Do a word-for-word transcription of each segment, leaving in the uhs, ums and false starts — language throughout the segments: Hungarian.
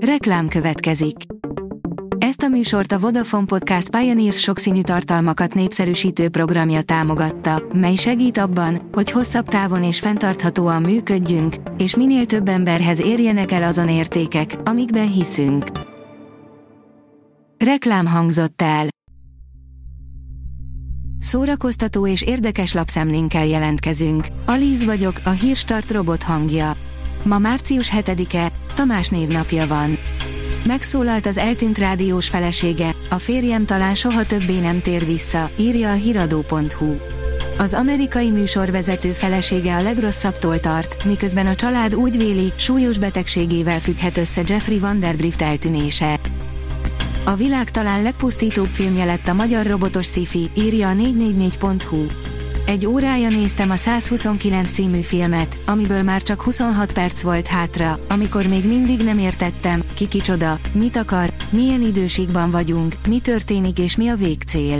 Reklám következik. Ezt a műsort a Vodafone Podcast Pioneers sokszínű tartalmakat népszerűsítő programja támogatta, mely segít abban, hogy hosszabb távon és fenntarthatóan működjünk, és minél több emberhez érjenek el azon értékek, amikben hiszünk. Reklám hangzott el. Szórakoztató és érdekes lapszemlénkkel jelentkezünk. Alíz vagyok, a Hírstart robot hangja. Ma március hetedike, Tamás névnapja van. Megszólalt az eltűnt rádiós felesége, a férjem talán soha többé nem tér vissza, írja a hiradó pont hu. Az amerikai műsorvezető felesége a legrosszabbtól tart, miközben a család úgy véli, súlyos betegségével függhet össze Jeffrey Vandergrift eltűnése. A világ talán legpusztítóbb filmje lett a magyar robotos sci-fi, írja a négy négy négy pont hu. Egy órája néztem a százhuszonkilenc című filmet, amiből már csak huszonhat perc volt hátra, amikor még mindig nem értettem, ki kicsoda, mit akar, milyen időségben vagyunk, mi történik és mi a végcél.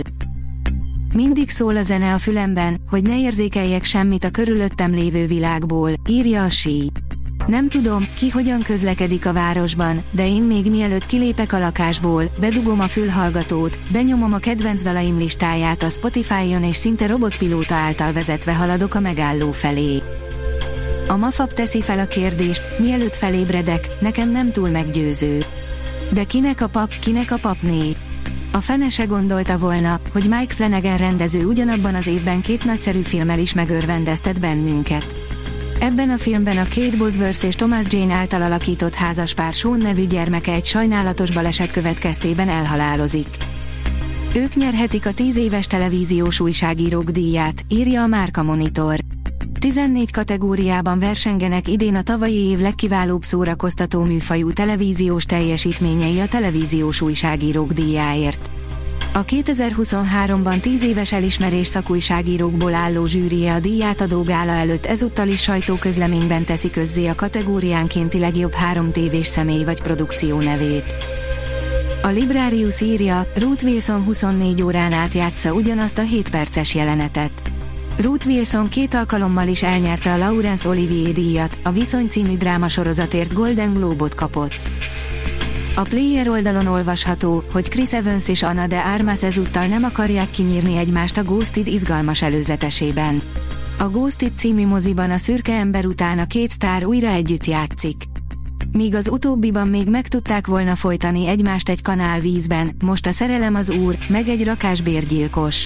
Mindig szól a zene a fülemben, hogy ne érzékeljek semmit a körülöttem lévő világból, írja a sí. Nem tudom, ki hogyan közlekedik a városban, de én még mielőtt kilépek a lakásból, bedugom a fülhallgatót, benyomom a kedvenc dalaim listáját a Spotify-on és szinte robotpilóta által vezetve haladok a megálló felé. A Mafab teszi fel a kérdést, mielőtt felébredek, nekem nem túl meggyőző. De kinek a pap, kinek a papné? A fene se gondolta volna, hogy Mike Flanagan rendező ugyanabban az évben két nagyszerű filmmel is megörvendeztet bennünket. Ebben a filmben a Kate Bosworth és Thomas Jane által alakított házaspár Sean nevű gyermeke egy sajnálatos baleset következtében elhalálozik. Ők nyerhetik a tíz éves televíziós újságírók díját, írja a Márka Monitor. tizennégy kategóriában versengenek idén a tavalyi év legkiválóbb szórakoztató műfajú televíziós teljesítményei a televíziós újságírók díjáért. A kétezer-huszonháromban tíz éves elismerés szakújságírókból álló zsűrije a díjátadó gála előtt ezúttal is sajtóközleményben teszi közzé a kategóriánkénti legjobb három tévés személy vagy produkció nevét. A Librarius írja, Ruth Wilson huszonnégy órán át játsza ugyanazt a hét perces jelenetet. Ruth Wilson két alkalommal is elnyerte a Laurence Olivier díjat, a Viszony című drámasorozatért Golden Globe-ot kapott. A Player oldalon olvasható, hogy Chris Evans és Ana de Armas ezúttal nem akarják kinyírni egymást a Ghosted izgalmas előzetesében. A Ghosted című moziban a szürke ember után a két sztár újra együtt játszik. Míg az utóbbiban még meg tudták volna folytani egymást egy kanál vízben, most a szerelem az úr, meg egy rakás bérgyilkos.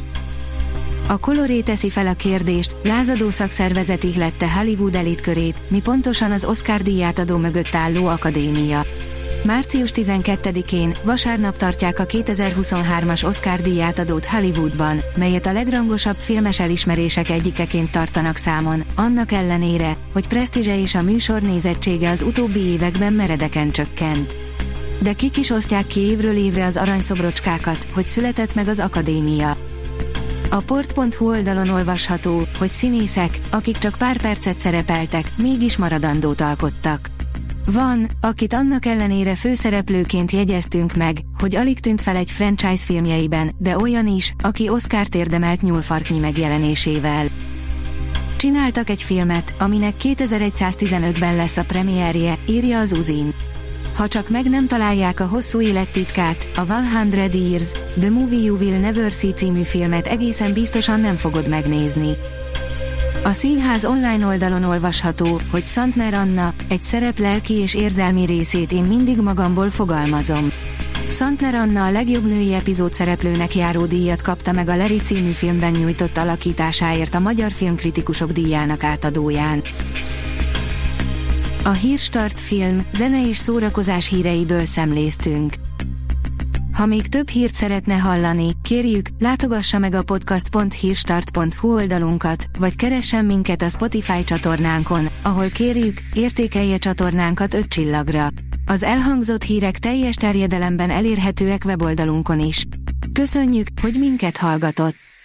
A Coloré teszi fel a kérdést, lázadó szakszervezet ihlette Hollywood elitkörét, mi pontosan az Oscar díjátadó mögött álló akadémia. március tizenkettedikén, vasárnap tartják a kétezer-huszonhármas Oscar díjátadót Hollywoodban, melyet a legrangosabb filmes elismerések egyikeként tartanak számon, annak ellenére, hogy presztízse és a műsor nézettsége az utóbbi években meredeken csökkent. De kik is osztják ki évről évre az aranyszobrocskákat, hogy született meg az akadémia. A port pont hu oldalon olvasható, hogy színészek, akik csak pár percet szerepeltek, mégis maradandót alkottak. Van, akit annak ellenére főszereplőként jegyeztünk meg, hogy alig tűnt fel egy franchise filmjeiben, de olyan is, aki Oscart érdemelt nyúlfarknyi megjelenésével. Csináltak egy filmet, aminek kétezer-száztizenötben lesz a premierje, írja az Uzin. Ha csak meg nem találják a hosszú élet titkát, a száz Years, The Movie You Will Never See című filmet egészen biztosan nem fogod megnézni. A színház online oldalon olvasható, hogy Santner Anna, egy szerep lelki és érzelmi részét én mindig magamból fogalmazom. Santner Anna a legjobb női epizód szereplőnek járó díjat kapta meg a Larry című filmben nyújtott alakításáért a Magyar Filmkritikusok díjának átadóján. A Hírstart film, zene és szórakozás híreiből szemléztünk. Ha még több hírt szeretne hallani, kérjük, látogassa meg a podcast pont hírstart pont hu oldalunkat, vagy keressen minket a Spotify csatornánkon, ahol kérjük, értékelje csatornánkat öt csillagra. Az elhangzott hírek teljes terjedelemben elérhetőek weboldalunkon is. Köszönjük, hogy minket hallgatott!